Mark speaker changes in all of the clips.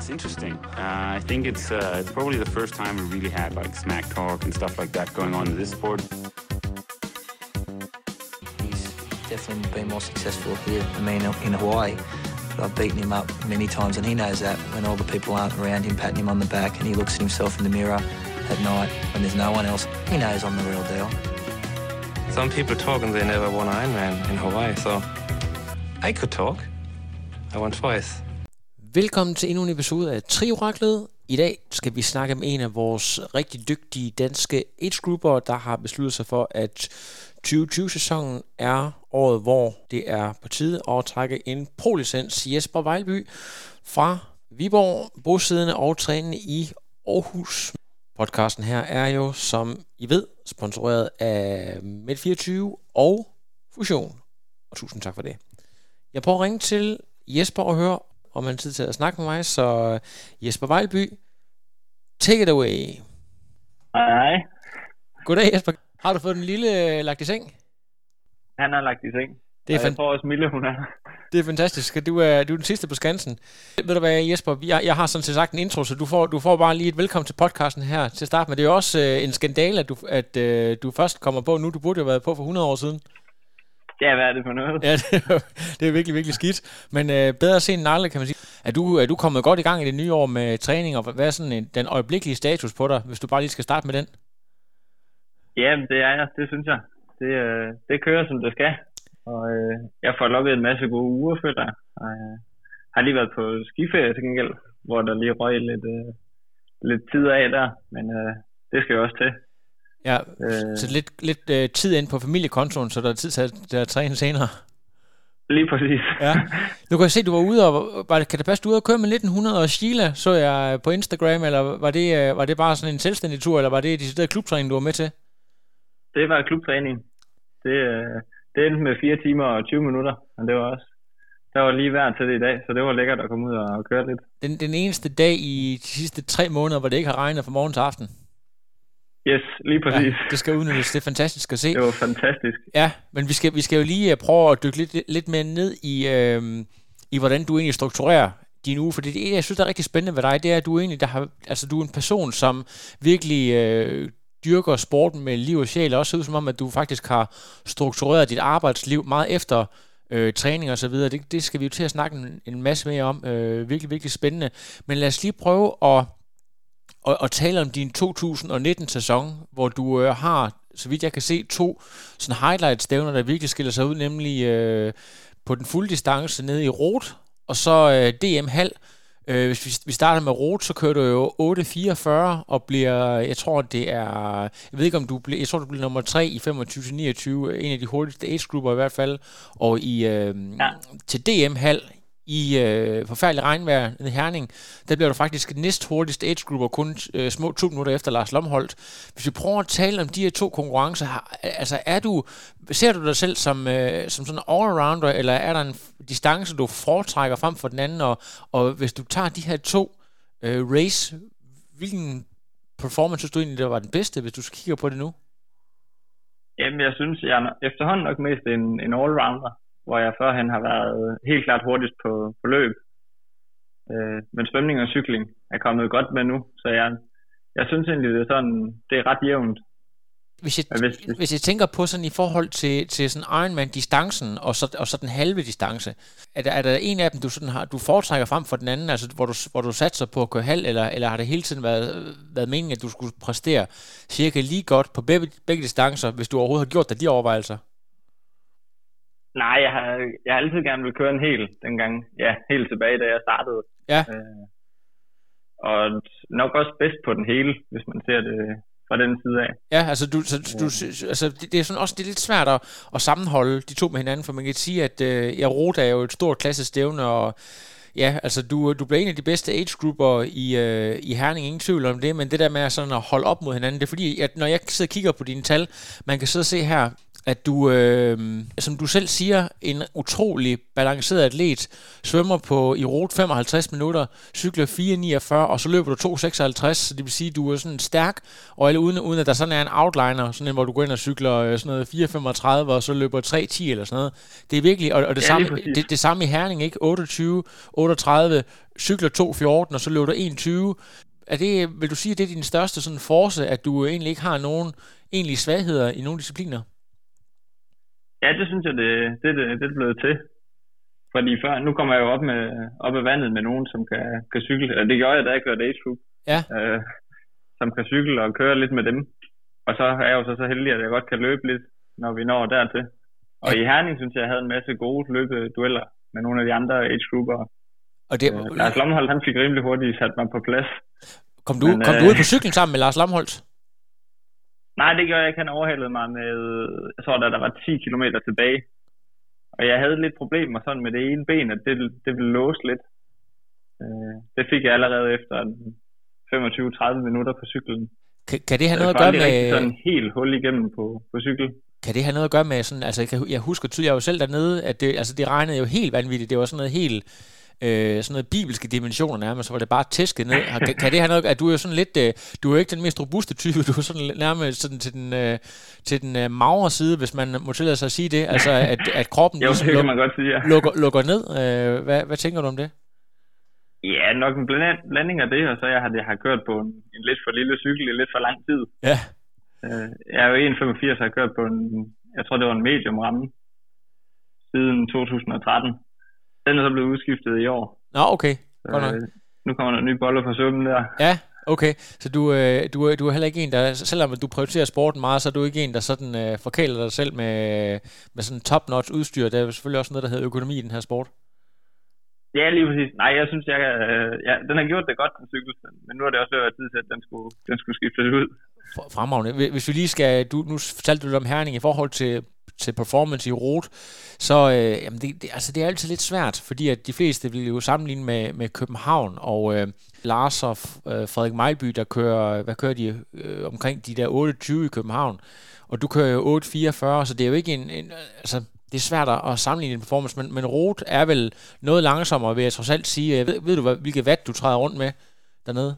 Speaker 1: It's interesting. I think it's probably the first time we really had like smack talk and stuff like that going on in this sport.
Speaker 2: He's definitely been more successful here than me in Hawaii. But I've beaten him up many times, and he knows that when all the people aren't around him patting him on the back and he looks at himself in the mirror at night when there's no one else, he knows I'm the real deal.
Speaker 3: Some people talk and they never won Ironman in Hawaii, so I could talk. I won twice.
Speaker 4: Velkommen til endnu en episode af Trioraklet. I dag skal vi snakke med en af vores rigtig dygtige danske age-grupper, der har besluttet sig for, at 2020-sæsonen er året, hvor det er på tide at trække en pro-licens. Jesper Vejlby fra Viborg, bosiddende og trænende i Aarhus. Podcasten her er jo, som I ved, sponsoreret af Med24 og Fusion. Og tusind tak for det. Jeg prøver at ringe til Jesper og høre, om han har tid til at snakke med mig. Så Jesper Vejlby, take it away.
Speaker 5: Hej.
Speaker 4: Goddag Jesper. Har du fået den lille lagt i seng?
Speaker 5: Han har lagt i seng.
Speaker 4: Det er
Speaker 5: jeg tror også Mille, hun er.
Speaker 4: Det er fantastisk. Du er den sidste på Skansen. Ved du hvad, Jesper? Jeg har sådan set sagt en intro, så du får bare lige et velkommen til podcasten her til at starte med. Det er jo også en skandale, at du først kommer på nu. Du burde jo have været på for 100 år siden.
Speaker 5: Ja, hvad er det for noget?
Speaker 4: Ja, det er virkelig, virkelig skidt. Men bedre sent end aldrig, kan man sige. Er du kommet godt i gang i det nye år med træning, og hvad er sådan den øjeblikkelige status på dig, hvis du bare lige skal starte med den?
Speaker 5: Ja, det er jeg. Det synes jeg. Det kører, som det skal. Og jeg får lukket en masse gode uger, føler jeg. Og har lige været på skiferie til gengæld, hvor der lige røg lidt tid af der. Men det skal jo også til.
Speaker 4: Ja, så lidt tid ind på familiekontoen, så der er tid til at træne senere.
Speaker 5: Lige præcis.
Speaker 4: Ja. Nu kan jeg se, at du var ude, og kan det passe, du var ude og køre med 1900 og Sheila, så jeg på Instagram, eller var det bare sådan en selvstændig tur, eller var det decideret klubtræning, du var med til?
Speaker 5: Det var klubtræning. Det endte med 4 timer og 20 minutter, og det var også, der var lige vejr til det i dag, så det var lækkert at komme ud og køre lidt.
Speaker 4: Den eneste dag i de sidste 3 måneder, hvor det ikke har regnet fra morgen til aften?
Speaker 5: Yes, lige præcis.
Speaker 4: Ja, det skal udnyttes. Det er fantastisk at se.
Speaker 5: Det var fantastisk.
Speaker 4: Ja, men vi skal jo lige prøve at dykke lidt mere ned i hvordan du egentlig strukturerer din uge, for det jeg synes, der er rigtig spændende ved dig, det er, at du egentlig du er en person, som virkelig dyrker sporten med liv og sjæl, og også ud som om, at du faktisk har struktureret dit arbejdsliv meget efter træning og så videre. Det skal vi jo til at snakke en masse mere om. Virkelig, virkelig spændende. Men lad os lige prøve at tale om din 2019-sæson, hvor du har, så vidt jeg kan se, 2 sådan highlight-stævner, der virkelig skiller sig ud, nemlig på den fulde distance nede i Roth, og så DM Hal. Hvis vi starter med Roth, så kører du jo 8.44 og bliver, jeg tror du bliver nummer 3 i 25-29, en af de hurtigste age-grupper i hvert fald, og til DM Hal i forfærdelig regnvejr i Herning, der bliver du faktisk næst hurtigste age-grupper, kun små 2 minutter efter Lars Lomholdt. Hvis vi prøver at tale om de her 2 konkurrencer, altså ser du dig selv som sådan en all-arounder, eller er der en distance, du foretrækker frem for den anden, og hvis du tager de her 2 race, hvilken performance synes du egentlig, der var den bedste, hvis du kigger på det nu?
Speaker 5: Jamen, jeg synes, jeg er efterhånden nok mest en all-rounder, hvor jeg førhen har været helt klart hurtigst på løb. Men svømning og cykling er kommet godt med nu, så jeg synes egentlig, det er ret jævnt.
Speaker 4: Hvis jeg tænker på sådan i forhold til sådan Ironman-distancen og så den halve distance, er der en af dem, du foretrækker frem for den anden, altså hvor du satser på at køre halv, eller har det hele tiden været meningen, at du skulle præstere cirka lige godt på begge distancer, hvis du overhovedet har gjort dig de overvejelser?
Speaker 5: Nej, jeg har altid gerne vil køre en hel dengang. Ja, helt tilbage, da jeg startede.
Speaker 4: Ja.
Speaker 5: Og nok også bedst på den hele, hvis man ser det fra den side af.
Speaker 4: Ja, altså, det er sådan også det er lidt svært at sammenholde de 2 med hinanden, for man kan sige, at Roth er jo et stort klassestævne, og ja, altså du bliver en af de bedste age-grupper i Herning, ingen tvivl om det, men det der med sådan at holde op mod hinanden, det er fordi, at når jeg sidder og kigger på dine tal, man kan sidde og se her, at du, som du selv siger, en utrolig balanceret atlet, svømmer i rute 55 minutter, cykler 4,49, og så løber du 2,56, så det vil sige, at du er sådan stærk, og uden at der sådan er en outliner, sådan en, hvor du går ind og cykler sådan noget 4,35, og så løber 3,10 eller sådan noget. Det er virkelig, og det, samme, det samme i Herning, ikke? 28, 38, cykler 2,14, og så løber du 1,20. Vil du sige, at det er din største sådan force, at du egentlig ikke har nogen egentlige svagheder i nogle discipliner?
Speaker 5: Ja, det synes jeg, det er blevet til. Fordi før, nu kommer jeg jo op af vandet med nogen, som kan cykle. Det gjorde jeg, da jeg kørte age group.
Speaker 4: Ja.
Speaker 5: Som kan cykle og køre lidt med dem. Og så er jeg jo så heldig, at jeg godt kan løbe lidt, når vi når dertil. Og i Herning, synes jeg havde en masse gode løbedueller med nogle af de andre age grupper. Og det, Lars Lomholdt, han fik rimelig hurtigt sat mig på plads.
Speaker 4: Kom du ud på cyklen sammen med Lars Lomholdt?
Speaker 5: Nej, det gjorde jeg ikke. Han overhalede mig med, jeg tror, der var 10 kilometer tilbage. Og jeg havde lidt problemer sådan med det ene ben, at det ville låse lidt. Det fik jeg allerede efter 25-30 minutter på cyklen.
Speaker 4: Kan det have noget at gøre med...
Speaker 5: sådan en helt hul igennem på cykel.
Speaker 4: Kan det have noget at gøre med sådan... Altså, jeg husker tydeligt, jeg var selv dernede, at det regnede jo helt vanvittigt. Det var sådan noget helt... sådan noget bibelske dimensioner nærmest, hvor det bare tæskede ned. Kan det have noget, at du er sådan lidt, du er jo ikke den mest robuste type, du er sådan nærmest sådan til den magre side, hvis man må tillade sig at sige det, altså at kroppen
Speaker 5: jo, det kan man godt sige, ja.
Speaker 4: lukker ned. Hvad tænker du om det?
Speaker 5: Ja, nok en blanding af det, og så jeg har kørt på en lidt for lille cykel i lidt for lang tid.
Speaker 4: Ja.
Speaker 5: Jeg er jo 1,85 og har kørt på jeg tror det var en medium ramme siden 2013. Den er så blevet udskiftet i år.
Speaker 4: Nå, okay.
Speaker 5: Nu kommer der en ny bolle på summen der.
Speaker 4: Ja, okay. Så du er heller ikke en, der, selvom du prioriterer sporten meget, så er du ikke en, der sådan forkæler dig selv med sådan top-notch udstyr. Der er selvfølgelig også noget, der hedder økonomi i den her sport.
Speaker 5: Ja, lige præcis. Nej, jeg synes, den har gjort det godt, den cykel. Men nu er det også været tid til, at den skulle skiftes ud.
Speaker 4: Fremragende. Hvis vi lige skal... Nu fortalte du om Herning i forhold til performance i rute, så det er altid lidt svært, fordi at de fleste vil jo sammenligne med København, og Lars og Frederik Mejlby, der kører, hvad kører de, omkring de der 28 i København, og du kører jo 8,44, så det er jo ikke altså, det er svært at sammenligne en performance, men rute er vel noget langsommere, vil jeg trods alt sige. Ved du, hvilket watt du træder rundt med dernede?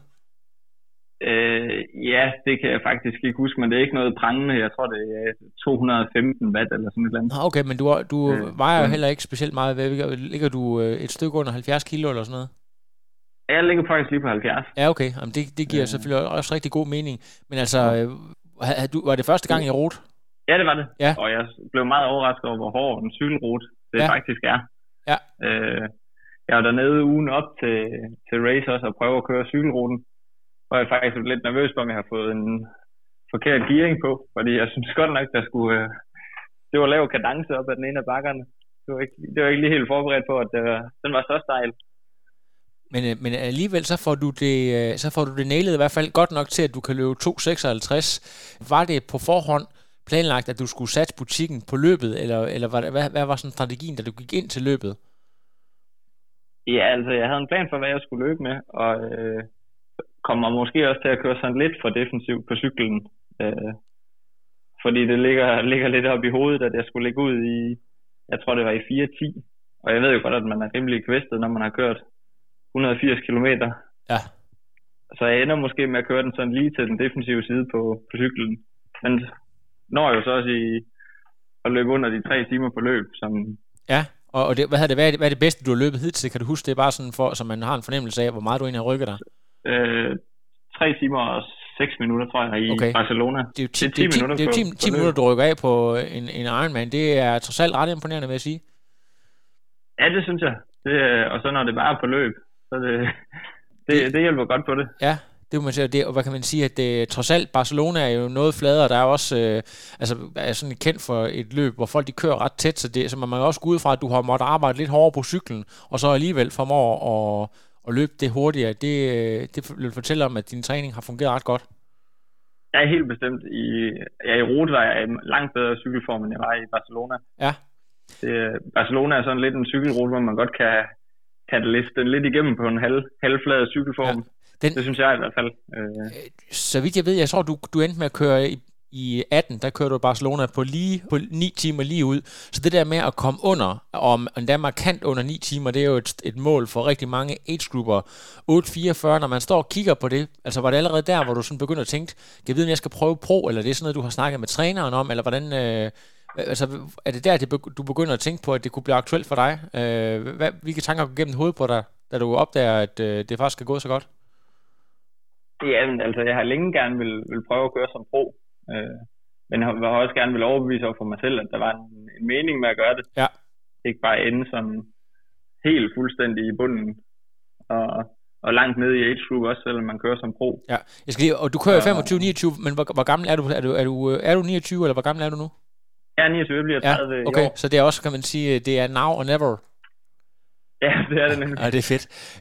Speaker 5: Ja, det kan jeg faktisk ikke huske, men det er ikke noget prangende. Jeg tror, det er 215 watt eller sådan et eller andet.
Speaker 4: Okay, men du vejer jo heller ikke specielt meget. Ligger du et stykke under 70 kilo eller sådan noget?
Speaker 5: Jeg ligger faktisk lige på 70.
Speaker 4: Ja, okay. Jamen, det giver selvfølgelig også rigtig god mening. Men altså, var det første gang i rute?
Speaker 5: Ja, det var det. Ja. Og jeg blev meget overrasket over, hvor hård en cykelrute det faktisk er.
Speaker 4: Ja.
Speaker 5: Jeg var dernede ugen op til race også og prøve at køre cykelruten. Og jeg er faktisk lidt nervøs for, om jeg har fået en forkert gearing på. Fordi jeg synes godt nok, det var lav kadence op ad den ene af bakkerne. Det var ikke lige helt forberedt på, at den var så stejl.
Speaker 4: Men alligevel så får du det nailet i hvert fald godt nok til, at du kan løbe 2,56. Var det på forhånd planlagt, at du skulle satse butikken på løbet, eller hvad var sådan strategien, da du gik ind til løbet?
Speaker 5: Ja, altså jeg havde en plan for, hvad jeg skulle løbe med, og kommer måske også til at køre sådan lidt for defensivt på cyklen. Fordi det ligger lidt op i hovedet, at jeg skulle ligge ud i, jeg tror det var i 4.10. Og jeg ved jo godt, at man er rimelig kvæstet, når man har kørt 180 kilometer.
Speaker 4: Ja.
Speaker 5: Så jeg ender måske med at køre den sådan lige til den defensive side på cyklen. Men når jo så også at løbe under de 3 timer på løb. Som...
Speaker 4: Ja, og det, hvad er det bedste, du har løbet hidtil? Kan du huske det er bare sådan, så man har en fornemmelse af, hvor meget du egentlig har rykket dig?
Speaker 5: 3 timer og 6 minutter, tror jeg, i Barcelona.
Speaker 4: Det er jo 10 minutter, du rykker af på en Ironman. Det er trods alt ret imponerende, vil jeg sige.
Speaker 5: Ja, det synes jeg. Og så når det bare er på løb, så det hjælper godt på det.
Speaker 4: Ja, det må man sige. Og hvad kan man sige, at det, trods alt Barcelona er jo noget fladere. Der er også er sådan kendt for et løb, hvor folk de kører ret tæt, så man også gå ud fra, at du har måttet arbejde lidt hårdere på cyklen, og så alligevel formår at løbe det hurtigere. Det vil fortælle om, at din træning har fungeret ret godt.
Speaker 5: Jeg er helt bestemt. I rute var jeg i langt bedre cykelform, end jeg var i Barcelona.
Speaker 4: Ja.
Speaker 5: Barcelona er sådan lidt en cykelrute, hvor man godt kan liste den lidt igennem på en halvflad cykelform. Ja. Det synes jeg i hvert fald.
Speaker 4: Så vidt jeg ved, jeg tror, du endte med at køre i 18, der kørte du Barcelona på 9 timer lige ud. Så det der med at komme under, om endda markant under 9 timer, det er jo et mål for rigtig mange age-grupper. 8.44, når man står og kigger på det, altså var det allerede der, hvor du sådan begynder at tænke, kan jeg vide, om jeg skal prøve pro, eller det er sådan noget, du har snakket med træneren om, eller hvordan, altså er det der, du begynder at tænke på, at det kunne blive aktuelt for dig? Hvilke tanker går gennem hovedet på dig, da du opdager, at det faktisk skal gå så godt?
Speaker 5: Ja, men altså, jeg har længe gerne vil prøve at køre som pro, men jeg har også gerne vil overbevise over for mig selv, at der var en mening med at gøre det.
Speaker 4: Ja. Ikke
Speaker 5: bare ende sådan helt fuldstændig i bunden, og langt nede i age group også, selvom man kører som pro.
Speaker 4: Ja, jeg skal lige, og du kører 25-29, men hvor gammel er du? Er du 29, eller hvor gammel er du nu?
Speaker 5: Jeg er 29, bliver 30
Speaker 4: okay.
Speaker 5: i år.
Speaker 4: Så det er også, kan man sige, det er now or never.
Speaker 5: Ja, det er det nemlig.
Speaker 4: Ja, det er fedt.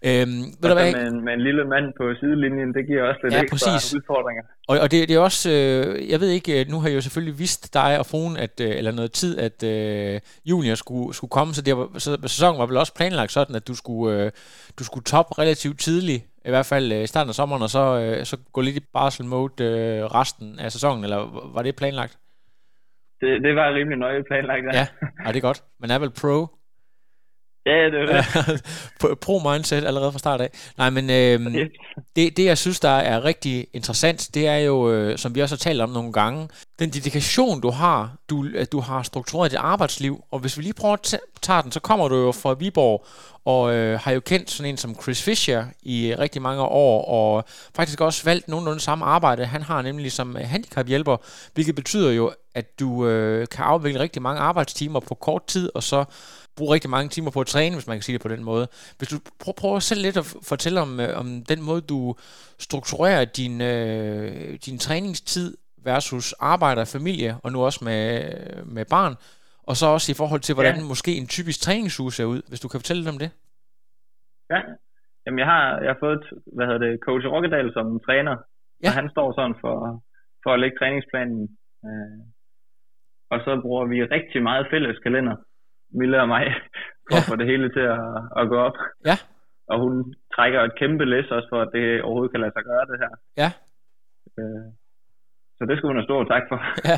Speaker 5: Med en lille mand på sidelinjen, det giver også lidt ekstra udfordringer.
Speaker 4: Og det er også, jeg ved ikke, nu har jeg jo selvfølgelig vidst dig og fruen, eller noget tid, at junior skulle komme, så sæsonen var vel også planlagt sådan, at du skulle toppe relativt tidligt, i hvert fald i starten af sommeren, og så gå lidt i barsel mode resten af sæsonen, eller var det planlagt?
Speaker 5: Det var rimelig nøje planlagt.
Speaker 4: Ja, det er godt. Man er vel pro?
Speaker 5: Ja, det er det.
Speaker 4: Pro-mindset allerede fra start af. Nej, men det, jeg synes, der er rigtig interessant, det er jo, som vi også har talt om nogle gange, den dedikation, du har, du har struktureret dit arbejdsliv, og hvis vi lige prøver at tage den, så kommer du jo fra Viborg, og har jo kendt sådan en som Chris Fischer i rigtig mange år, og faktisk også valgt nogenlunde samme arbejde. Han har nemlig som handicaphjælper, hvilket betyder jo, at du kan afvikle rigtig mange arbejdstimer på kort tid, og så bruge rigtig mange timer på at træne, hvis man kan sige det på den måde. Hvis du prøver selv lidt at fortælle om den måde, du strukturerer din træningstid versus arbejde og familie, og nu også med barn, og så også i forhold til, hvordan måske en typisk træningsuge ser ud, hvis du kan fortælle lidt om det.
Speaker 5: Ja, jamen jeg har fået, Coach Rokkedal som træner, og han står sådan for at lægge træningsplanen, og så bruger vi rigtig meget fælles kalender, Mille og mig, for at få det hele til at gå op.
Speaker 4: Ja.
Speaker 5: Og hun trækker et kæmpe læs også for, at det overhovedet kan lade sig gøre, det her.
Speaker 4: Ja.
Speaker 5: Så det skal hun have stor tak for.
Speaker 4: Ja.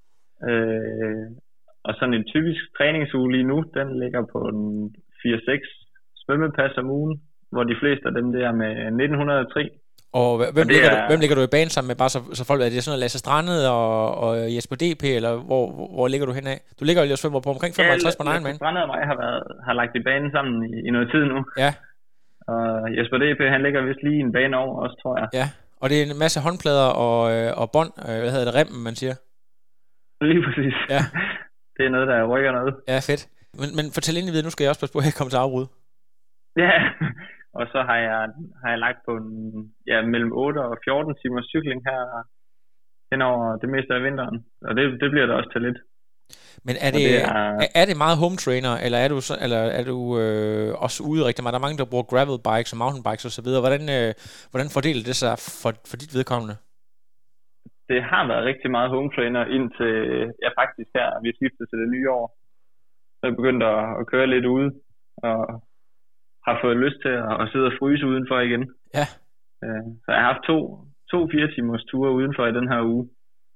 Speaker 5: Og sådan en typisk træningsuge lige nu, den ligger på en 4-6 svømmepas om ugen, hvor de fleste af dem der med 1903.
Speaker 4: Og hvem ligger du i banen sammen med, bare så folk, er det sådan noget Lasse Strandet og Jesper DP, eller hvor ligger du henad? Du ligger jo lige og svømmer på omkring 55 på Ironman.
Speaker 5: Lasse Strandet og mig har lagt i banen sammen i noget tid nu.
Speaker 4: Ja.
Speaker 5: Og Jesper DP, han ligger vist lige en bane over også, tror jeg.
Speaker 4: Ja, og det er en masse håndplader og bånd, remmen, man siger.
Speaker 5: Lige præcis.
Speaker 4: Ja.
Speaker 5: Det er noget, der rykker noget.
Speaker 4: Ja, fedt. Men fortæl ind i videre, nu skal jeg også passe på, at jeg kommer til afbrud.
Speaker 5: Ja, og så har jeg lagt på mellem 8 og 14 timers cykling her henover det meste af vinteren. Og det bliver der også til lidt.
Speaker 4: Men er det meget home trainer, eller er du også ude rigtig meget? Der er mange, der bruger gravel bikes og mountain bikes osv. Hvordan fordeler det sig for dit vedkommende?
Speaker 5: Det har været rigtig meget home trainer indtil faktisk her, vi skiftede til det nye år. Så jeg begyndte at køre lidt ude, og har fået lyst til at sidde og fryse udenfor igen.
Speaker 4: Ja.
Speaker 5: Så jeg har haft to 4 timers ture udenfor i den her uge.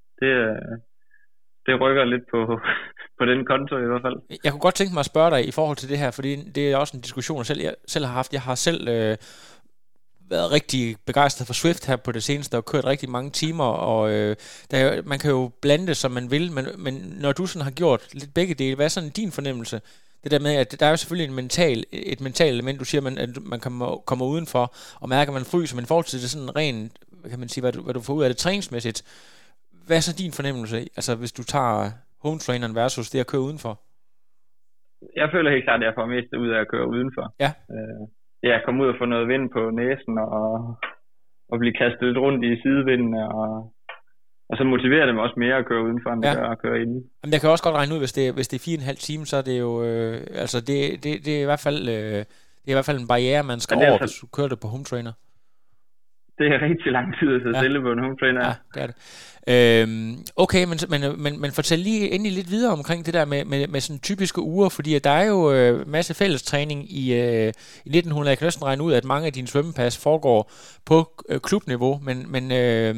Speaker 5: Det rykker lidt på den konto i hvert fald.
Speaker 4: Jeg kunne godt tænke mig at spørge dig i forhold til det her, fordi det er også en diskussion, jeg selv har haft. Jeg har selv været rigtig begejstret for Swift her på det seneste, og kørt rigtig mange timer, og man kan jo blande det, som man vil, men når du sådan har gjort lidt begge dele, hvad er sådan din fornemmelse? Det der med, at der er jo selvfølgelig et mentalt element, du siger, at man kommer udenfor og mærker, at man fryser, men i forhold til det sådan rent, kan man sige, hvad du får ud af det træningsmæssigt, hvad er så din fornemmelse, altså hvis du tager home traineren versus det at køre udenfor?
Speaker 5: Jeg føler helt klart, at jeg får mest ud af at køre udenfor.
Speaker 4: Ja.
Speaker 5: Jeg kommer ud og får noget vind på næsen, og blive kastet lidt rundt i sidevinden, og så motiverer det mig også mere at køre udenfor, end det gør at køre inden.
Speaker 4: Jamen, jeg kan også godt regne ud, hvis det er 4,5 timer, så er det jo, det er i hvert fald en barriere, man skal over, hvis du kører det på home trainer.
Speaker 5: Det er rigtig lang tid at sidde stille på en home trainer.
Speaker 4: Ja, det er det. Okay, men fortæl lige endelig lidt videre omkring det der med sådan typiske uger, fordi der er jo masse fællestræning i 1900. Jeg kan næsten regne ud, at mange af dine svømmepas foregår på klubniveau, men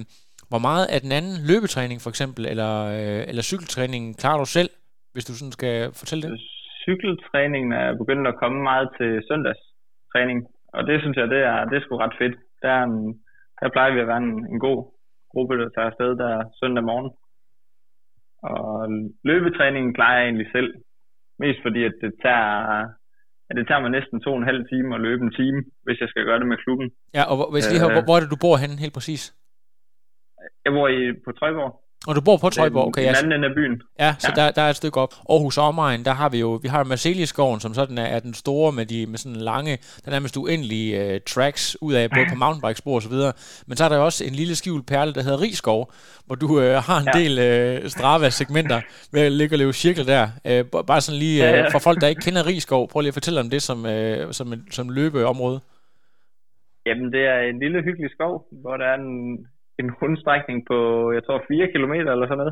Speaker 4: Hvor meget af den anden løbetræning for eksempel, eller cykeltræning klarer du selv, hvis du sådan skal fortælle det?
Speaker 5: Cykeltræningen er begyndt at komme meget til søndagstræning, og det synes jeg, det er sgu ret fedt. Der plejer vi at være en god gruppe, der tager afsted der søndag morgen. Og løbetræningen klarer jeg egentlig selv. Mest fordi, at det tager mig næsten 2,5 timer at løbe en time, hvis jeg skal gøre det med klubben.
Speaker 4: Ja, og hvor er det, du bor henne helt præcis?
Speaker 5: Jeg bor på Trøjborg.
Speaker 4: Og du bor på Trøjborg, okay.
Speaker 5: I den anden ende af byen.
Speaker 4: Ja, så ja. Der er et stykke op. Aarhus omegn, der har vi har Marselisskoven, som sådan er den store med sådan lange, der nærmest uendelige tracks ud af, både på mountainbikespor og så videre. Men så er der jo også en lille skjult perle, der hedder Rigskov, hvor du har en del Strava-segmenter ved at ligge og leve cirkler der. Bare sådan lige for folk, der ikke kender Rigskov, prøv lige at fortælle om det som løbeområde. Jamen, det er en lille hyggelig skov, hvor der er en rundstrækning på, jeg tror, 4 kilometer eller sådan noget.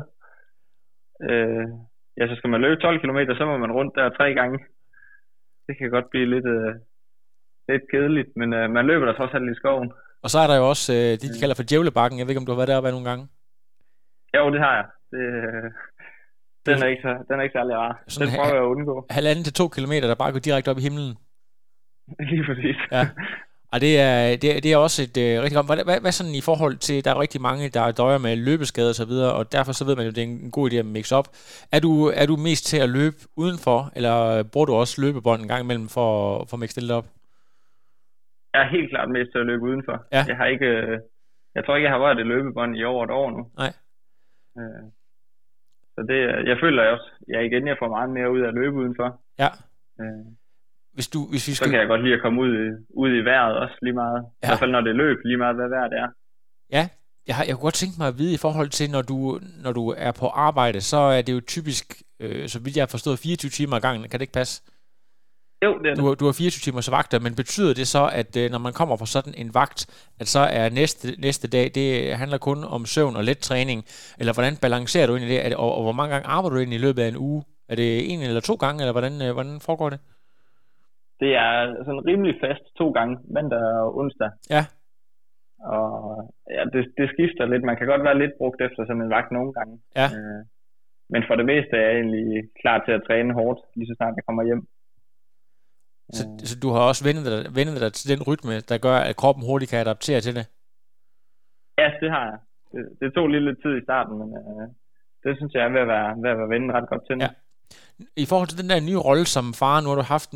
Speaker 4: Så skal man løbe 12 kilometer, så må man rundt der 3 gange. Det kan godt blive lidt kedeligt, men man løber der trods alt i skoven. Og så er der jo også det, de kalder for Djævlebakken. Jeg ved ikke, om du har været deroppe nogle gange? Jo, det har jeg. Den er ikke særlig rar. Den prøver jeg at undgå. 1,5 til 2 kilometer, der bare går direkte op i himlen. Lige præcis. Ja. Og det er også et rigtig godt. Hvad sådan i forhold til, der er rigtig mange, der døjer med løbeskader og så videre, og derfor så ved man jo, det er en god idé at mixe op. Er du mest til at løbe udenfor, eller bruger du også løbebånd en gang imellem for at mixe det op? Jeg er helt klart mest til at løbe udenfor. Ja. Jeg tror ikke, jeg har rørt et løbebånd i over et år nu. Nej. Så jeg føler også, jeg får meget mere ud af at løbe udenfor. Ja. Så kan jeg godt lide at komme ud i vejret også lige meget. Ja. I hvert fald når det løb, lige meget hvad vejret det er. Ja, jeg kunne godt tænke mig at vide i forhold til, når du er på arbejde, så er det jo typisk, så vidt jeg har forstået, 24 timer ad gangen. Kan det ikke passe? Jo, det er det. Du har 24 timers vagter, men betyder det så, at når man kommer på sådan en vagt, at så er næste dag, det handler kun om søvn og let træning? Eller hvordan balancerer du ind i det? Og hvor mange gange arbejder du ind i løbet af en uge? Er det 1 eller 2 gange, eller hvordan foregår det? Det er sådan rimelig fast 2 gange, mandag og onsdag. Ja. Og ja, det skifter lidt. Man kan godt være lidt brugt efter sådan en vagt nogle gange. Ja. Men for det meste er jeg egentlig klar til at træne hårdt, lige så snart jeg kommer hjem. Så du har også vendet dig til den rytme, der gør, at kroppen hurtigt kan adaptere til det? Ja, det har jeg. Det tog lidt tid i starten, men det synes jeg er ved at være vendet ret godt til. Ja. I forhold til den der nye rolle som far, nu har du haft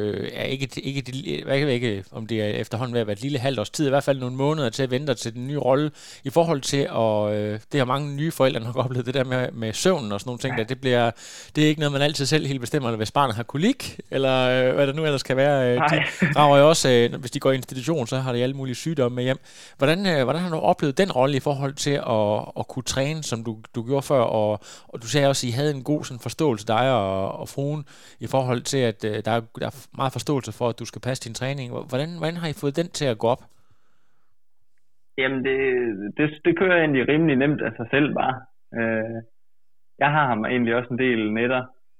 Speaker 4: ikke om det er efterhånden ved at være et lille halvt års tid, i hvert fald nogle måneder til at vente dig til den nye rolle. I forhold til, det har mange nye forældre nok oplevet, det der med søvnen og sådan nogle ting, det er ikke noget, man altid selv helt bestemmer, eller hvis barnet har kolik, eller hvad der nu ellers kan være. De drager jo også, hvis de går i institution, så har de alle mulige sygdomme med hjem. Hvordan har du oplevet den rolle i forhold til at kunne træne, som du gjorde før, og du sagde også, at I havde en god sådan forståelse, dig og fruen, i forhold til, at der er meget forståelse for, at du skal passe din træning. Hvordan har I fået den til at gå op? Jamen, det kører egentlig rimelig nemt af sig selv bare. Jeg har ham egentlig også en del nætter,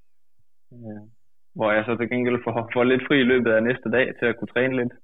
Speaker 4: hvor jeg så til gengæld får lidt fri i løbet af næste dag til at kunne træne lidt.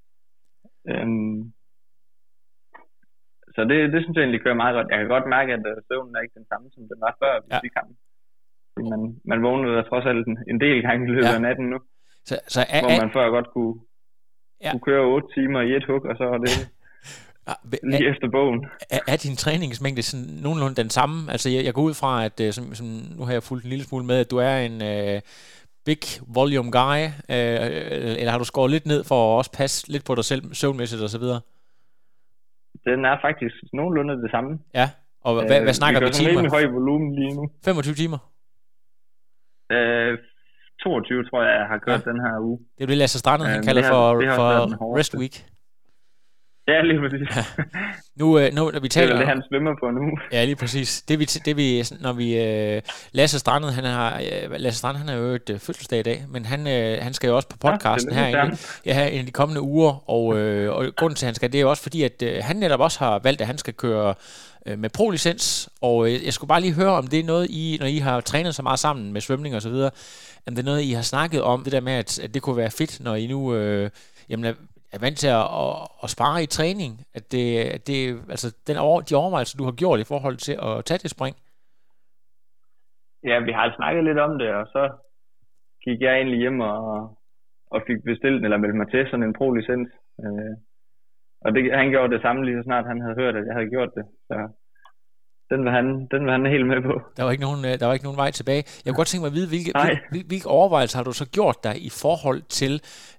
Speaker 4: Så det synes jeg egentlig kører meget godt. Jeg kan godt mærke, at søvnen er ikke den samme, som den var før, hvis vi kan. Man vågnede der trods alt en del gange i løbet af natten nu. Hvor man før godt kunne køre 8 timer i et hug, og så var det lige efter bogen. Er din træningsmængde sådan nogenlunde den samme? Altså jeg går ud fra, at som nu har jeg fulgt en lille smule med, at du er en big volume guy, eller har du skåret lidt ned for at også passe lidt på dig selv, søvnmæssigt og så videre? Den er faktisk nogenlunde det samme. Ja, og hvad snakker vi timer? Vi gør sådan høj volumen lige nu. 25 timer? 22, tror jeg har kørt den her uge. Det er jo det, Lasse Strandet, han kalder for rest week. Ja, lige præcis. Ja. Nu når vi taler... Det er det, han svømmer på nu. Ja, lige præcis. Når vi Lasse Strandet, han har jo et fødselsdag i dag, men han skal jo også på podcasten her i de kommende uger, og grunden til, at han skal, det er jo også fordi, at han netop også har valgt, at han skal køre med pro-licens, og jeg skulle bare lige høre, om det er noget, når I har trænet så meget sammen med svømning og så videre, om det er noget, I har snakket om, det der med, at det kunne være fedt, når I nu... er vant til at spare i træning, at det altså de overvejelser, du har gjort i forhold til at tage det spring?
Speaker 5: Ja, vi har snakket lidt om det, og så gik jeg egentlig hjem og fik bestilt, eller meldt mig til sådan en pro-licens. Og han gjorde det samme lige så snart han havde hørt, at jeg havde gjort det. Så den var han helt med på.
Speaker 4: Der var ikke nogen vej tilbage. Jeg kunne godt tænke mig at vide, hvilke overvejelser har du så gjort dig i forhold til,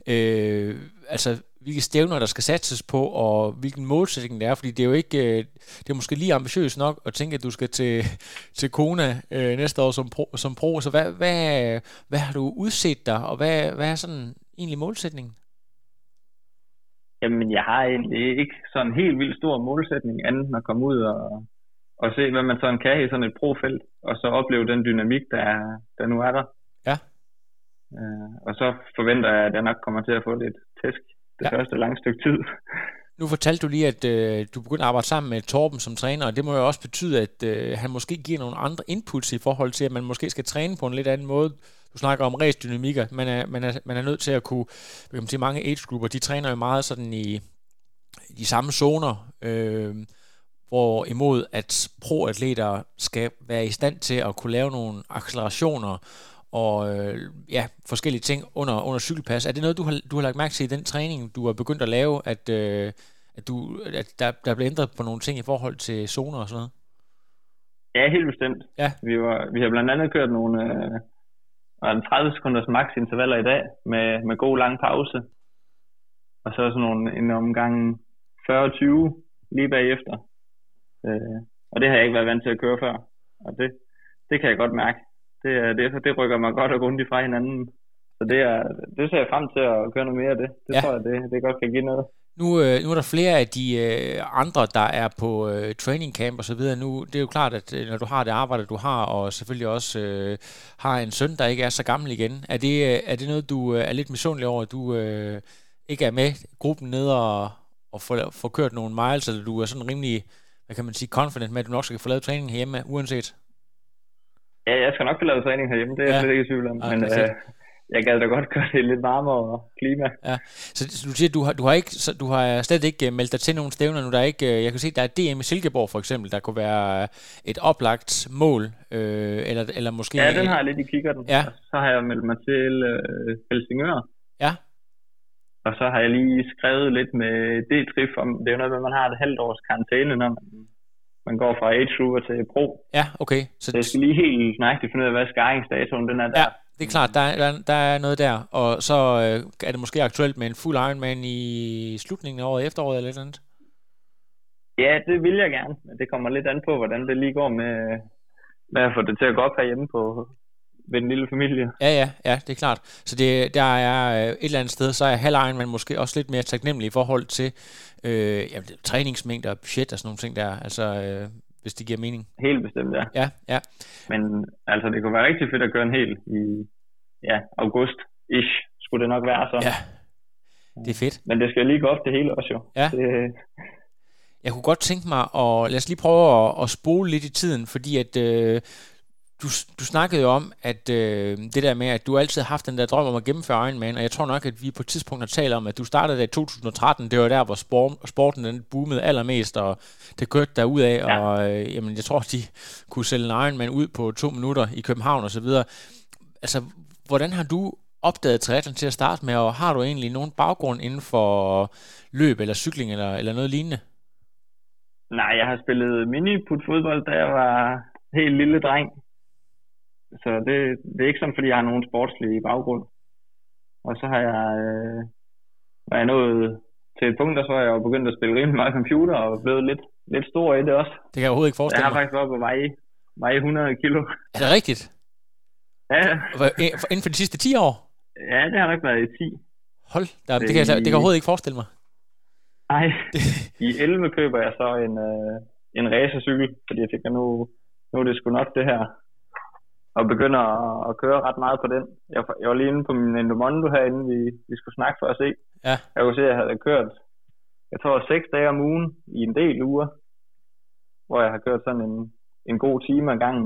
Speaker 4: hvilke stævner, der skal satses på, og hvilken målsætning det er, fordi det er jo ikke, det er måske lige ambitiøst nok at tænke, at du skal til Kona næste år som pro. Så hvad har du udset dig, og hvad er sådan egentlig målsætningen?
Speaker 5: Jamen, jeg har egentlig ikke sådan en helt vildt stor målsætning, andet end at komme ud og se, hvad man sådan kan i sådan et profelt, og så opleve den dynamik, der nu er der.
Speaker 4: Ja.
Speaker 5: Og så forventer jeg, at jeg nok kommer til at få lidt tæsk det første lange stykke tid.
Speaker 4: Nu fortalte du lige, at du begyndte at arbejde sammen med Torben som træner, og det må jo også betyde, at han måske giver nogle andre inputs i forhold til, at man måske skal træne på en lidt anden måde. Du snakker om race-dynamikker. Man er nødt til at kunne, mange age-grupper, de træner jo meget sådan i de samme zoner, hvorimod at pro-atleter skal være i stand til at kunne lave nogle accelerationer og forskellige ting under cykelpas. Er det noget, du har lagt mærke til i den træning, du har begyndt at lave, at der blev ændret på nogle ting i forhold til zoner og sådan noget?
Speaker 5: Ja, helt bestemt. Ja. Vi har blandt andet kørt nogle 30 sekunders max intervaller i dag med god lang pause. Og så sådan en omgang 40-20 lige bagefter. Og det har jeg ikke været vant til at køre før. Og det kan jeg godt mærke. Det rykker mig godt og grundigt fra hinanden. Så det ser jeg frem til at køre noget mere af det. Det tror jeg, det godt kan give noget.
Speaker 4: Nu er der flere af de andre, der er på training camp og så videre nu. Det er jo klart, at når du har det arbejde, du har, og selvfølgelig også har en søn, der ikke er så gammel igen. Er det noget, du er lidt misundelig over, at du ikke er med gruppen ned og får kørt nogle miles, eller du er sådan rimelig, hvad kan man sige, confident med, at du nok skal få lavet træning hjemme, uanset?
Speaker 5: Ja, jeg skal nok få lavet træning herhjemme, det er jeg slet ikke i tvivl om. Men jeg gad da godt gøre det lidt varmere klima.
Speaker 4: Ja. Så du siger, du har slet ikke meldt dig til nogle stævner nu. Der er ikke, jeg kan se, der er DM i Silkeborg for eksempel, der kunne være et oplagt mål, eller måske...
Speaker 5: Ja, den har jeg lidt i kikkerten. Ja. Så har jeg meldt mig til Helsingør.
Speaker 4: Ja.
Speaker 5: Og så har jeg lige skrevet lidt med D-trif om, det er jo noget, man har et halvt års karantæne, når man går fra age-grouper til pro.
Speaker 4: Ja, okay.
Speaker 5: Så jeg skal lige helt nøjagtigt finde ud af, hvad scarringsdatoen den er der.
Speaker 4: Ja, det er klart, der er noget der. Og så er det måske aktuelt med en fuld Ironman i slutningen af året, efteråret eller et eller andet?
Speaker 5: Ja, det vil jeg gerne. Men det kommer lidt an på, hvordan det lige går med at få det til at gå op herhjemme ved den lille familie.
Speaker 4: Ja, det er klart. Så der er et eller andet sted, så er halv Ironman måske også lidt mere taknemmelig i forhold til træningsmængder og budget og sådan nogle ting der, altså hvis det giver mening.
Speaker 5: Helt bestemt, ja.
Speaker 4: Ja.
Speaker 5: Men altså, det kunne være rigtig fedt at køre en hel i august-ish, skulle det nok være så.
Speaker 4: Ja, det er fedt.
Speaker 5: Men det skal lige gå op det hele også jo.
Speaker 4: Ja. Jeg kunne godt tænke mig, og lad os lige prøve at spole lidt i tiden, fordi at du snakkede jo om, at det der med, at du altid har haft den der drøm om at gennemføre Ironman, og jeg tror nok, at vi på et tidspunkt har talt om, at du startede der i 2013, det var der, hvor sporten den boomede allermest, og det kørte derudad, og jeg tror, de kunne sælge en Ironman ud på 2 minutter i København og så videre. Altså, hvordan har du opdaget triathlon til at starte med, og har du egentlig nogen baggrund inden for løb eller cykling eller noget lignende?
Speaker 5: Nej, jeg har spillet miniput-fodbold, da jeg var helt lille dreng. Så det er ikke sådan, fordi jeg har nogen sportslige baggrund. Og så har jeg nået til et punkt, der så er jeg begyndt at spille rimelig meget computer, og blevet lidt stor i det også.
Speaker 4: Det kan jeg overhovedet ikke forestille mig.
Speaker 5: Jeg har faktisk været på veje 100 kilo.
Speaker 4: Er det rigtigt?
Speaker 5: Ja.
Speaker 4: Inden for de sidste 10 år?
Speaker 5: Ja, det har nok været i 10.
Speaker 4: Hold da, det kan jeg overhovedet ikke forestille mig.
Speaker 5: Nej, i 11 køber jeg så en racercykel, fordi jeg tænker, nu er det sgu nok det her. Og begynder at køre ret meget på den. Jeg var lige inde på min Endomondo herinde, vi skulle snakke for at se.
Speaker 4: Ja.
Speaker 5: Jeg kunne se, at jeg havde kørt, jeg tror 6 dage om ugen i en del uger, hvor jeg har kørt sådan en god time ad gangen.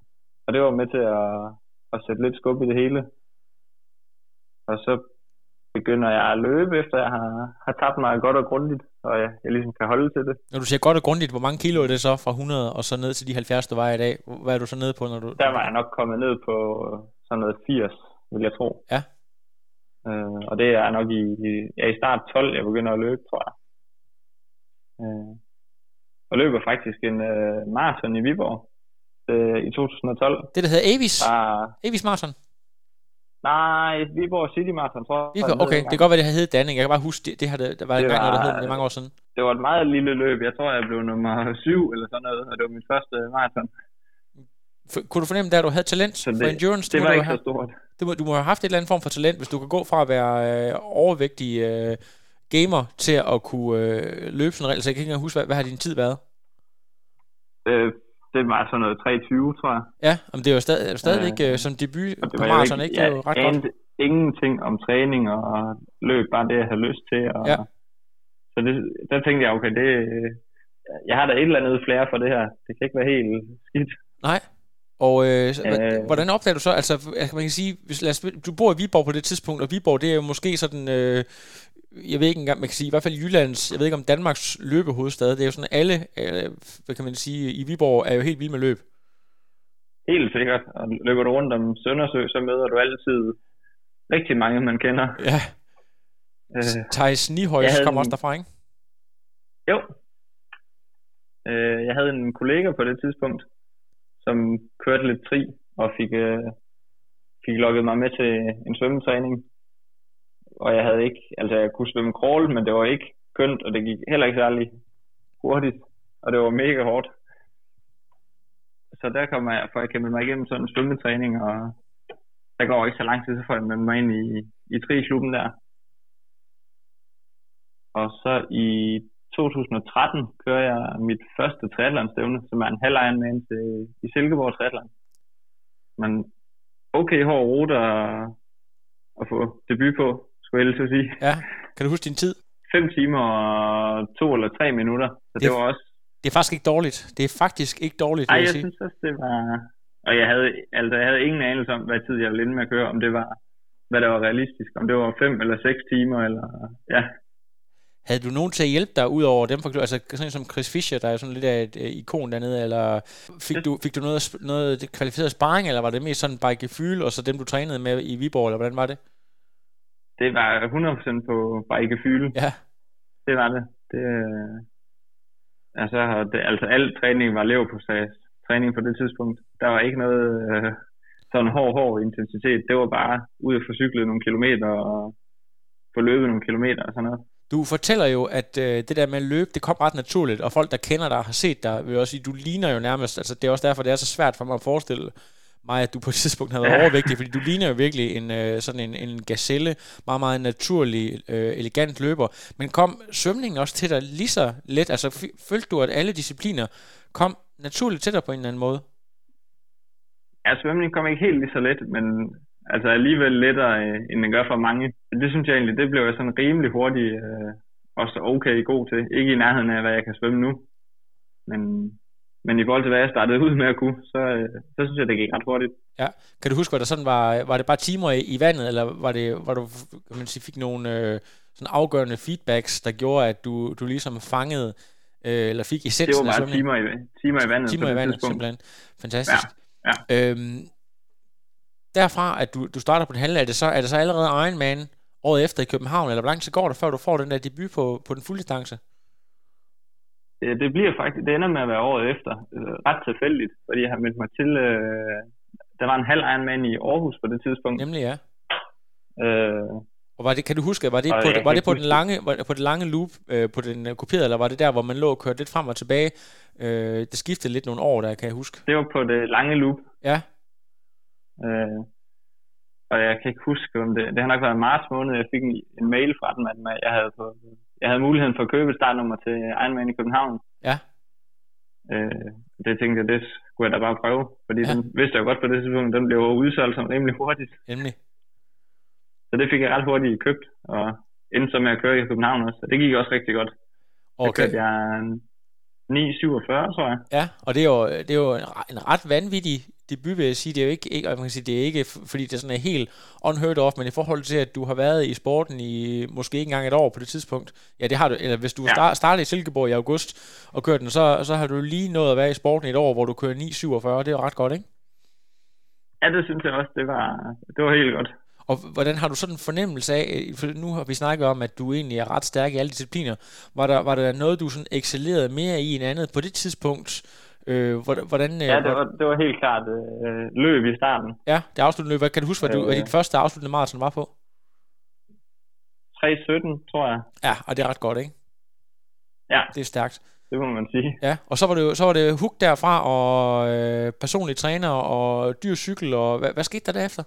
Speaker 5: Og det var med til at sætte lidt skub i det hele. Og så begynder jeg at løbe, efter jeg har tabt mig godt og grundigt, og jeg ligesom kan holde til det.
Speaker 4: Når du siger godt og grundigt, hvor mange kilo er det så fra 100 og så ned til de 70, du var i dag? Hvad er du så nede på, når du...
Speaker 5: Der var jeg nok kommet ned på sådan noget 80, vil jeg tro.
Speaker 4: Ja.
Speaker 5: Og det er nok i start 12, jeg begynder at løbe, tror jeg. Og løber faktisk en maraton i Viborg i 2012.
Speaker 4: Det, der hedder Avis? Avis Marathon?
Speaker 5: Nej, Viborg City Marathon, tror jeg.
Speaker 4: Okay, det kan godt være, det havde Danning. Jeg kan bare huske, det der var en gang, der hed det mange år siden.
Speaker 5: Det var et meget lille løb. Jeg tror, jeg blev nummer 7 eller sådan noget, og det var min første maraton.
Speaker 4: Kunne du fornemme, da du havde talent for endurance?
Speaker 5: Det var ikke så stort.
Speaker 4: Du må have haft et eller andet form for talent, hvis du kan gå fra at være overvægtig gamer til at kunne løbe sådan reelt. Så jeg kan ikke engang huske, hvad har din tid været?
Speaker 5: Det var sådan noget 23, tror jeg.
Speaker 4: Ja, men det er jo stadigvæk som debut på maraton, ikke? Det er jo ret godt.
Speaker 5: Ingenting om træning og løb, bare det, jeg havde lyst til. Og,
Speaker 4: ja.
Speaker 5: Så der tænkte jeg, okay, jeg har da et eller andet flere for det her. Det kan ikke være helt skidt.
Speaker 4: Nej. Og hvordan opdager du så, altså man kan sige, du bor i Viborg på det tidspunkt, og Viborg, det er jo måske sådan, jeg ved ikke engang, man kan sige, i hvert fald Jyllands, jeg ved ikke om Danmarks løbehovedstad, det er jo sådan alle, hvad kan man sige, i Viborg er jo helt vilde med løb.
Speaker 5: Helt sikkert, og løber du rundt om Søndersø, så møder du altid rigtig mange, man kender.
Speaker 4: Ja. Thijs Nihøjs kommer også derfra, ikke?
Speaker 5: Jo. Jeg havde en kollega på det tidspunkt, som kørte lidt tri, og fik lukket mig med til en svømmetræning. Og jeg havde ikke, altså jeg kunne svømme crawl, men det var ikke kønt, og det gik heller ikke særlig hurtigt, og det var mega hårdt. Så der får jeg kæmpet mig igennem sådan en svømmetræning, og der går ikke så lang tid, så får jeg med mig ind i tri-klubben der. Og så i 2013 kører jeg mit første triathlonstævne, som er en halv Ironman i Silkeborg Triathlon. Men okay hård rute at få debut på, skulle jeg ellers sige.
Speaker 4: Ja, kan du huske din tid?
Speaker 5: 5 timer og 2 eller 3 minutter, så det var også...
Speaker 4: Det er faktisk ikke dårligt. Det er faktisk ikke dårligt,
Speaker 5: vil jeg sige. Synes også, det var... Og jeg havde ingen anelse om, hvad tid jeg ville inde med at køre, om det var, hvad der var realistisk, om det var 5 eller 6 timer, eller... Ja.
Speaker 4: Havde du nogen til at hjælpe dig ud over dem? Altså sådan som Chris Fischer, der er sådan lidt af et ikon dernede, eller fik du noget kvalificeret sparring, eller var det mest sådan bare gefyl, og så dem du trænede med i Viborg, eller hvordan var det?
Speaker 5: Det var 100% på bare gefyl.
Speaker 4: Ja. Det
Speaker 5: var det. Altså al træning var leverpostejs træning på det tidspunkt. Der var ikke noget sådan hård intensitet. Det var bare ud at få cyklet nogle kilometer og få løbet nogle kilometer og sådan noget.
Speaker 4: Du fortæller jo, at det der med at løbe, det kom ret naturligt, og folk, der kender dig og har set dig, vil også sige, du ligner jo nærmest, altså det er også derfor, det er så svært for mig at forestille mig, at du på et tidspunkt har været overvægtig, fordi du ligner jo virkelig en gazelle, meget, meget naturlig, elegant løber. Men kom svømningen også til dig lige så let? Altså følte du, at alle discipliner kom naturligt til dig på en eller anden måde?
Speaker 5: Ja, svømningen kom ikke helt lige så let, men altså alligevel lettere, end den gør for mange. Det synes jeg egentlig, det blev jeg sådan rimelig hurtigt også okay god til. Ikke i nærheden af, hvad jeg kan svømme nu. Men i forhold til, hvad jeg startede ud med at kunne, så synes jeg, det gik ret hurtigt.
Speaker 4: Ja. Kan du huske, hvad der sådan var det bare timer i vandet, eller var du kan man sige, fik nogle sådan afgørende feedbacks, der gjorde, at du ligesom fangede, eller fik essensen af svømning?
Speaker 5: Det var bare timer i vandet.
Speaker 4: Timer i vandet, simpelthen. Fantastisk.
Speaker 5: Ja.
Speaker 4: Derfra, at du starter på den halve, er det så allerede Ironman året efter i København, eller hvor lang tid går det, før du får den der debut på den fulde distance?
Speaker 5: Det bliver faktisk, det ender med at være året efter, ret tilfældigt, fordi jeg har meldt mig til, der var en halv Ironman i Aarhus på det tidspunkt.
Speaker 4: Nemlig, ja. Og kan du huske, var det på den lange loop, på den kuperede, eller var det der, hvor man lå og kørte lidt frem og tilbage? Det skiftede lidt nogle år, der kan jeg huske.
Speaker 5: Det var på det lange loop.
Speaker 4: Ja.
Speaker 5: Og jeg kan ikke huske, om det har nok været marts måned, jeg fik en mail fra dem, at jeg havde muligheden for at købe et startnummer til Ironman i København.
Speaker 4: Ja.
Speaker 5: Det tænkte jeg, det skulle jeg da bare prøve, fordi den vidste jeg godt på det tidspunkt, den blev udsolgt som rimelig hurtigt.
Speaker 4: Endelig.
Speaker 5: Så det fik jeg ret hurtigt købt, og endte så med at køre i København også, og det gik også rigtig godt. Okay. Så kørte jeg 9:47, tror jeg.
Speaker 4: Ja, og det er jo en ret vanvittig debut, vil jeg sige, det er jo ikke og man kan sige, det er ikke, fordi det er sådan helt unheard of, men i forhold til, at du har været i sporten i måske ikke engang et år på det tidspunkt, ja, det har du, eller hvis du startede i Silkeborg i august og kørt den, så har du lige nået at være i sporten i et år, hvor du kører 9.47, det er jo ret godt, ikke?
Speaker 5: Ja, det synes jeg også, det var helt godt.
Speaker 4: Og hvordan har du sådan en fornemmelse af, for nu har vi snakket om, at du egentlig er ret stærk i alle discipliner, var der noget, du sådan excellerede mere i end andet på det tidspunkt? Hvordan,
Speaker 5: ja, det var helt klart løb i starten.
Speaker 4: Ja, det afsluttende løb. Kan du huske, hvad dit første afsluttende maraton var på?
Speaker 5: 3.17, tror jeg.
Speaker 4: Ja, og det er ret godt, ikke?
Speaker 5: Ja.
Speaker 4: Det er stærkt.
Speaker 5: Det må man sige.
Speaker 4: Ja, og så var det hook derfra, og personlig træner, og dyr cykel, og hvad skete der derefter?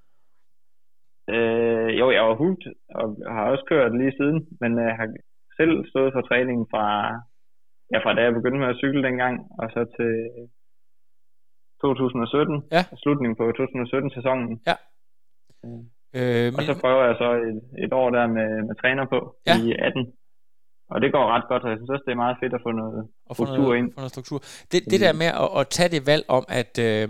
Speaker 5: Jo, jeg var hooked, og har også kørt lige siden, men jeg har selv stået for træningen fra da jeg begyndte med at cykle dengang, og så til 2017, slutningen på 2017-sæsonen.
Speaker 4: Ja.
Speaker 5: Og så prøver jeg så et år der med træner på i 18. Og det går ret godt, og jeg synes også, det er meget fedt at få noget struktur ind.
Speaker 4: Få noget struktur. Det der med at tage det valg om, at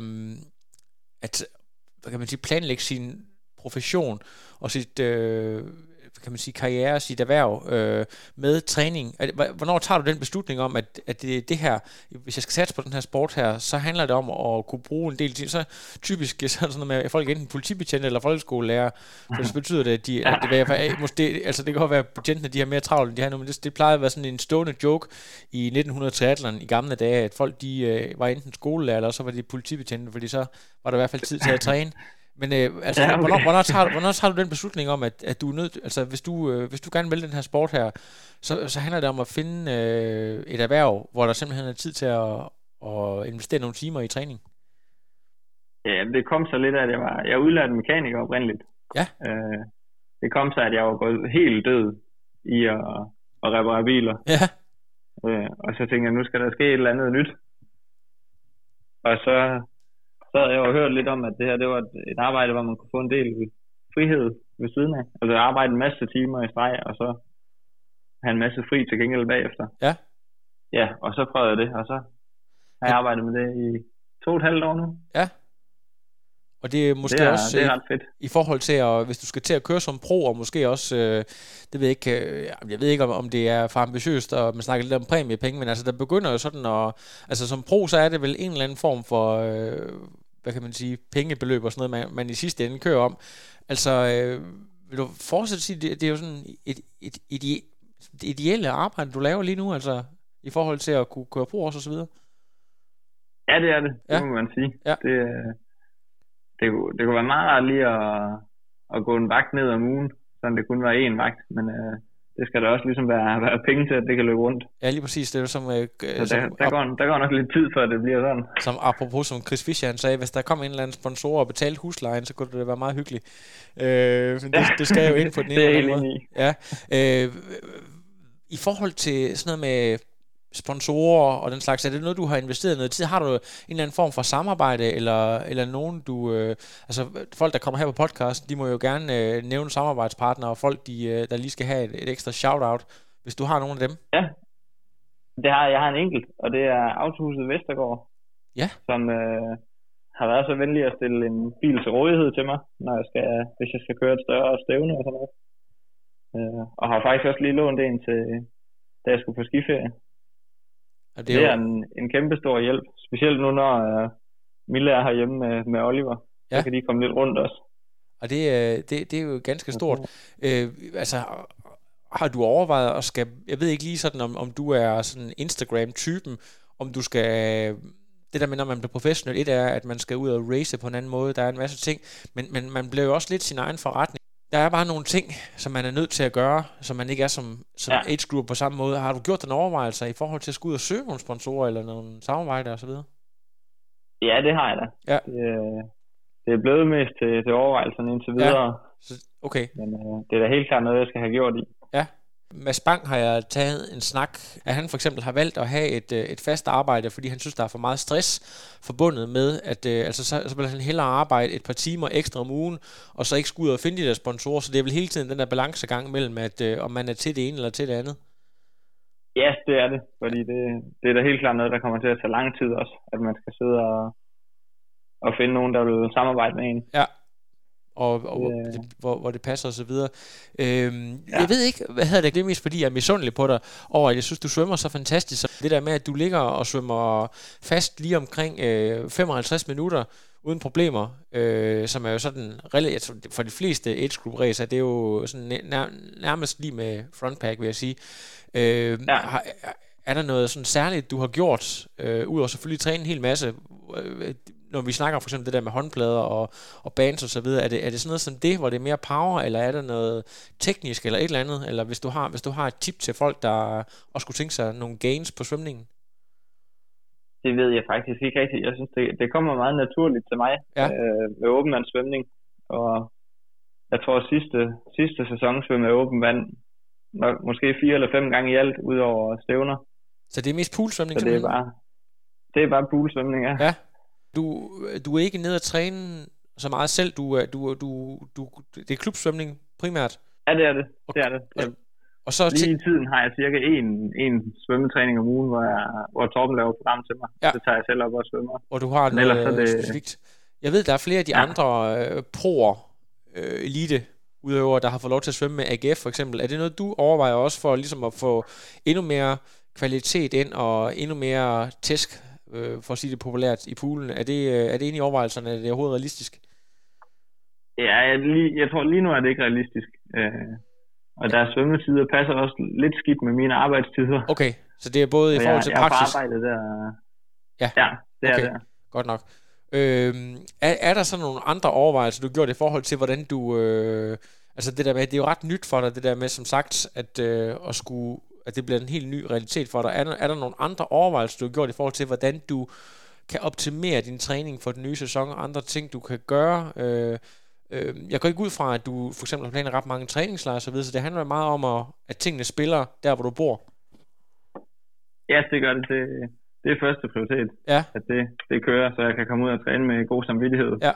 Speaker 4: hvad kan man sige, planlægge sin profession og sit kan man sige, karriere, sit erhverv med træning. Hvornår tager du den beslutning om, at det her, hvis jeg skal satse på den her sport her, så handler det om at kunne bruge en del tid. Så typisk sådan noget med, at folk enten politibetjente eller folkeskolelærer, for det betyder det, at det kan godt være, at betjentene de har mere travlt, end de har nu, men det plejer at være sådan en stående joke i 1900-triathlon i gamle dage, at folk de var enten skolelærer, eller så var de politibetjente, fordi så var der i hvert fald tid til at træne. Men hvornår tager du den beslutning om, at du er nødt, altså hvis du gerne vil den her sport her, så handler det om at finde et erhverv, hvor der simpelthen er tid til at investere nogle timer i træning?
Speaker 5: Ja, det kom så lidt af, at jeg er udlært mekaniker oprindeligt.
Speaker 4: Ja.
Speaker 5: Det kom så, at jeg var gået helt død i at reparere biler.
Speaker 4: Ja.
Speaker 5: Og så tænkte jeg, nu skal der ske et eller andet nyt. Og så havde jeg jo hørt lidt om, at det her det var et arbejde, hvor man kunne få en del frihed ved siden af. Altså arbejde en masse timer i streg, og så have en masse fri til gengæld bagefter.
Speaker 4: Ja.
Speaker 5: Ja, og så prøvede jeg det, og så har jeg arbejdet med det i 2,5 år nu.
Speaker 4: Ja. Og det er måske også
Speaker 5: det er ret fedt.
Speaker 4: I forhold til, hvis du skal til at køre som pro, og måske også, det ved jeg ved ikke, om det er for ambitiøst, og man snakker lidt om præmiepenge, men altså der begynder jo sådan altså som pro, så er det vel en eller anden form for, hvad kan man sige, pengebeløb og sådan noget, man i sidste ende kører om. Altså, vil du fortsætte at sige, det er jo sådan et ideelle arbejde, du laver lige nu, altså i forhold til at kunne køre pro også og så videre?
Speaker 5: Ja, det er det. Det må man sige. Ja. Det kunne være meget rart lige at gå en vagt ned om ugen, så det kun var én vagt, men det skal der også ligesom være penge til, at det kan løbe rundt.
Speaker 4: Ja, lige præcis. Det er jo som...
Speaker 5: der går nok lidt tid før det bliver sådan.
Speaker 4: Som apropos, som Chris Fischer han sagde, hvis der kom en eller anden sponsor og betalte huslejen, så kunne det være meget hyggeligt. Men det skal jo ind på den ene eller anden måde. Ja. I forhold til sådan noget med sponsorer og den slags, er det noget, du har investeret noget tid? Har du en eller anden form for samarbejde, eller nogen, du... altså, folk, der kommer her på podcasten, de må jo gerne nævne samarbejdspartnere, og folk, der lige skal have et ekstra shout-out, hvis du har nogen af dem.
Speaker 5: Ja, jeg har en enkelt, og det er Autohuset Vestergaard, som har været så venlig at stille en bil til rådighed til mig, hvis jeg skal køre et større stævne og sådan noget. Og har faktisk også lige lånt en til, da jeg skulle på skiferie. Det er en kæmpe stor hjælp, specielt nu når Mille er herhjemme med Oliver, så kan de komme lidt rundt også.
Speaker 4: Og det er jo ganske stort. Altså, har du overvejet at skal, jeg ved ikke lige sådan, om du er sådan Instagram-typen, om du skal, det der med, når man bliver professionel, et er, at man skal ud og race på en anden måde, der er en masse ting, men man bliver jo også lidt sin egen forretning. Der er bare nogle ting, som man er nødt til at gøre, som man ikke er som age group på samme måde. Har du gjort den overvejelse i forhold til at skulle ud og søge nogle sponsorer eller nogle samarbejder og så videre?
Speaker 5: Ja, det har jeg da. Ja. Det er blevet mest til overvejelserne indtil videre.
Speaker 4: Ja. Okay.
Speaker 5: Men det er da helt klart noget, jeg skal have gjort i.
Speaker 4: Ja. Mads Bang har jeg taget en snak, at han for eksempel har valgt at have et fast arbejde, fordi han synes, der er for meget stress forbundet med, at så vil han hellere arbejde et par timer ekstra om ugen, og så ikke skulle ud og finde de der sponsorer, så det er vel hele tiden den der balancegang mellem, at om man er til det ene eller til det andet.
Speaker 5: Ja, det er det, fordi det er da helt klart noget, der kommer til at tage lang tid også, at man skal sidde at finde nogen, der vil samarbejde med en.
Speaker 4: Ja. Og hvor det passer og så videre. Jeg ved ikke, hvad hedder det er mest fordi jeg er misundelig på dig over, at jeg synes, du svømmer så fantastisk. Så det der med, at du ligger og svømmer fast lige omkring 55 minutter uden problemer, som er jo sådan, for de fleste age group racer, det er jo sådan nærmest lige med frontpack, vil jeg sige. Er der noget sådan særligt, du har gjort, udover selvfølgelig træne en hel masse, når vi snakker for eksempel det der med håndplader og bands og så videre, er det sådan noget som det, hvor det er mere power, eller er der noget teknisk eller et eller andet, eller hvis du har et tip til folk, der også skulle tænke sig nogle gains på svømningen?
Speaker 5: Det ved jeg faktisk ikke rigtigt. Jeg synes, det kommer meget naturligt til mig med åbenvandssvømning, og jeg tror sidste sæson svømmede jeg åben vand måske 4 eller 5 gange i alt, ud over stævner.
Speaker 4: Så det er mest poolsvømning?
Speaker 5: Så det er bare poolsvømning, ja.
Speaker 4: Ja. Du er ikke nede at træne så meget selv. Det er klubsvømning primært?
Speaker 5: Ja, det er det.
Speaker 4: Og så
Speaker 5: lige i tiden har jeg cirka en svømmetræning om ugen, hvor Torben laver program til mig. Ja. Så tager jeg selv op og svømmer.
Speaker 4: Og du har noget specifikt. Jeg ved, der er flere af de andre proer, elite udøvere, der har fået lov til at svømme med AGF for eksempel. Er det noget, du overvejer også for ligesom at få endnu mere kvalitet ind og endnu mere tæsk, for at sige det populært, i poolen? Er det inde i overvejelserne? Er det overhovedet realistisk?
Speaker 5: Ja, jeg tror lige nu er det ikke realistisk. Og deres svømmetider passer også lidt skidt med mine arbejdstider.
Speaker 4: Okay, så det er både i forhold til praksis?
Speaker 5: Jeg har arbejdet der. Ja, det
Speaker 4: okay.
Speaker 5: Er det.
Speaker 4: Godt nok. Er der så nogle andre overvejelser, du har gjort i forhold til, hvordan du... altså det der med, det er jo ret nyt for dig, det der med, som sagt, at det bliver en helt ny realitet for dig. Er der nogle andre overvejelser, du har gjort i forhold til, hvordan du kan optimere din træning for den nye sæson, og andre ting, du kan gøre? Jeg går ikke ud fra, at du for eksempel har planer ret mange træningslejre og så videre, så det handler meget om, at tingene spiller der, hvor du bor.
Speaker 5: Ja, det gør det. Det er første prioritet, at det kører, så jeg kan komme ud og træne med god samvittighed. Ja.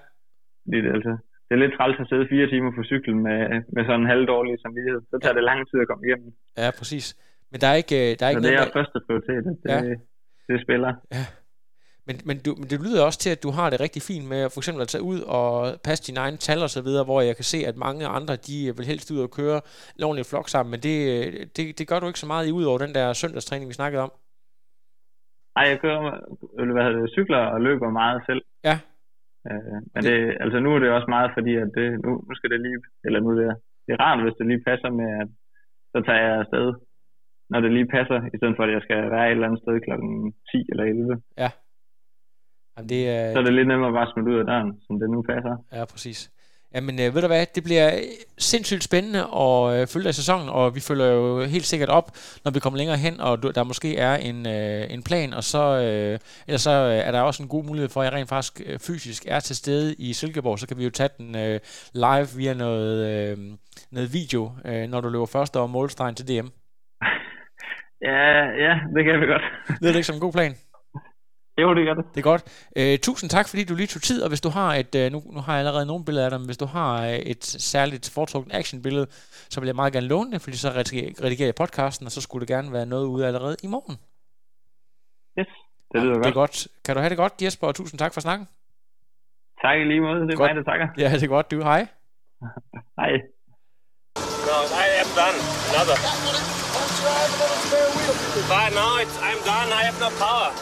Speaker 5: Det er lidt træls at sidde 4 timer på cyklen med sådan en halvdårlig samvittighed. Så tager det lang tid at komme igennem.
Speaker 4: Ja, præcis. Men der er ikke
Speaker 5: så det er første prioritet, at det spiller. Ja.
Speaker 4: Men det lyder også til, at du har det rigtig fint med for eksempel at tage ud og passe dine egne tal og så videre, hvor jeg kan se, at mange andre, de vil helst ud og køre lovligt flok sammen, men det gør du ikke så meget i ud over den der søndagstræning, vi snakkede om.
Speaker 5: Nej, jeg kører, cykler og løber meget selv.
Speaker 4: Ja.
Speaker 5: Men nu er det også meget, fordi at nu skal det lige, eller nu det er rart, hvis det lige passer med, at så tager jeg afsted, når det lige passer, i stedet for at jeg skal være et eller andet sted klokken 10 eller 11. Ja. Jamen, så er det lidt nemmere bare at smide ud af døren, som det nu passer.
Speaker 4: Ja, præcis. Jamen, ved du hvad, det bliver sindssygt spændende at følge af sæsonen, og vi følger jo helt sikkert op, når vi kommer længere hen, og der måske er en plan, og så, ellers så er der også en god mulighed for, at jeg rent faktisk fysisk er til stede i Silkeborg, så kan vi jo tage den live via noget video, når du løber først over målstregen til DM.
Speaker 5: Ja, det kan vi godt.
Speaker 4: Lyder det ikke som en god plan?
Speaker 5: Jo, det gør det.
Speaker 4: Det er godt. Tusind tak, fordi du lige tog tid, og hvis du har nu har jeg allerede nogle billeder af dig, men hvis du har et særligt foretrukket actionbillede, så vil jeg meget gerne låne det, fordi så redigerer jeg podcasten, og så skulle det gerne være noget ude allerede i morgen.
Speaker 5: Yes, det lyder godt.
Speaker 4: Det er godt. Kan du have det godt, Jesper, og tusind tak for snakken.
Speaker 5: Tak i lige måde, det er godt. Mig, der takker.
Speaker 4: Ja, det er godt. Du, hej.
Speaker 5: Hej.
Speaker 6: No, I am done. Another. But no, I'm done. I have no power.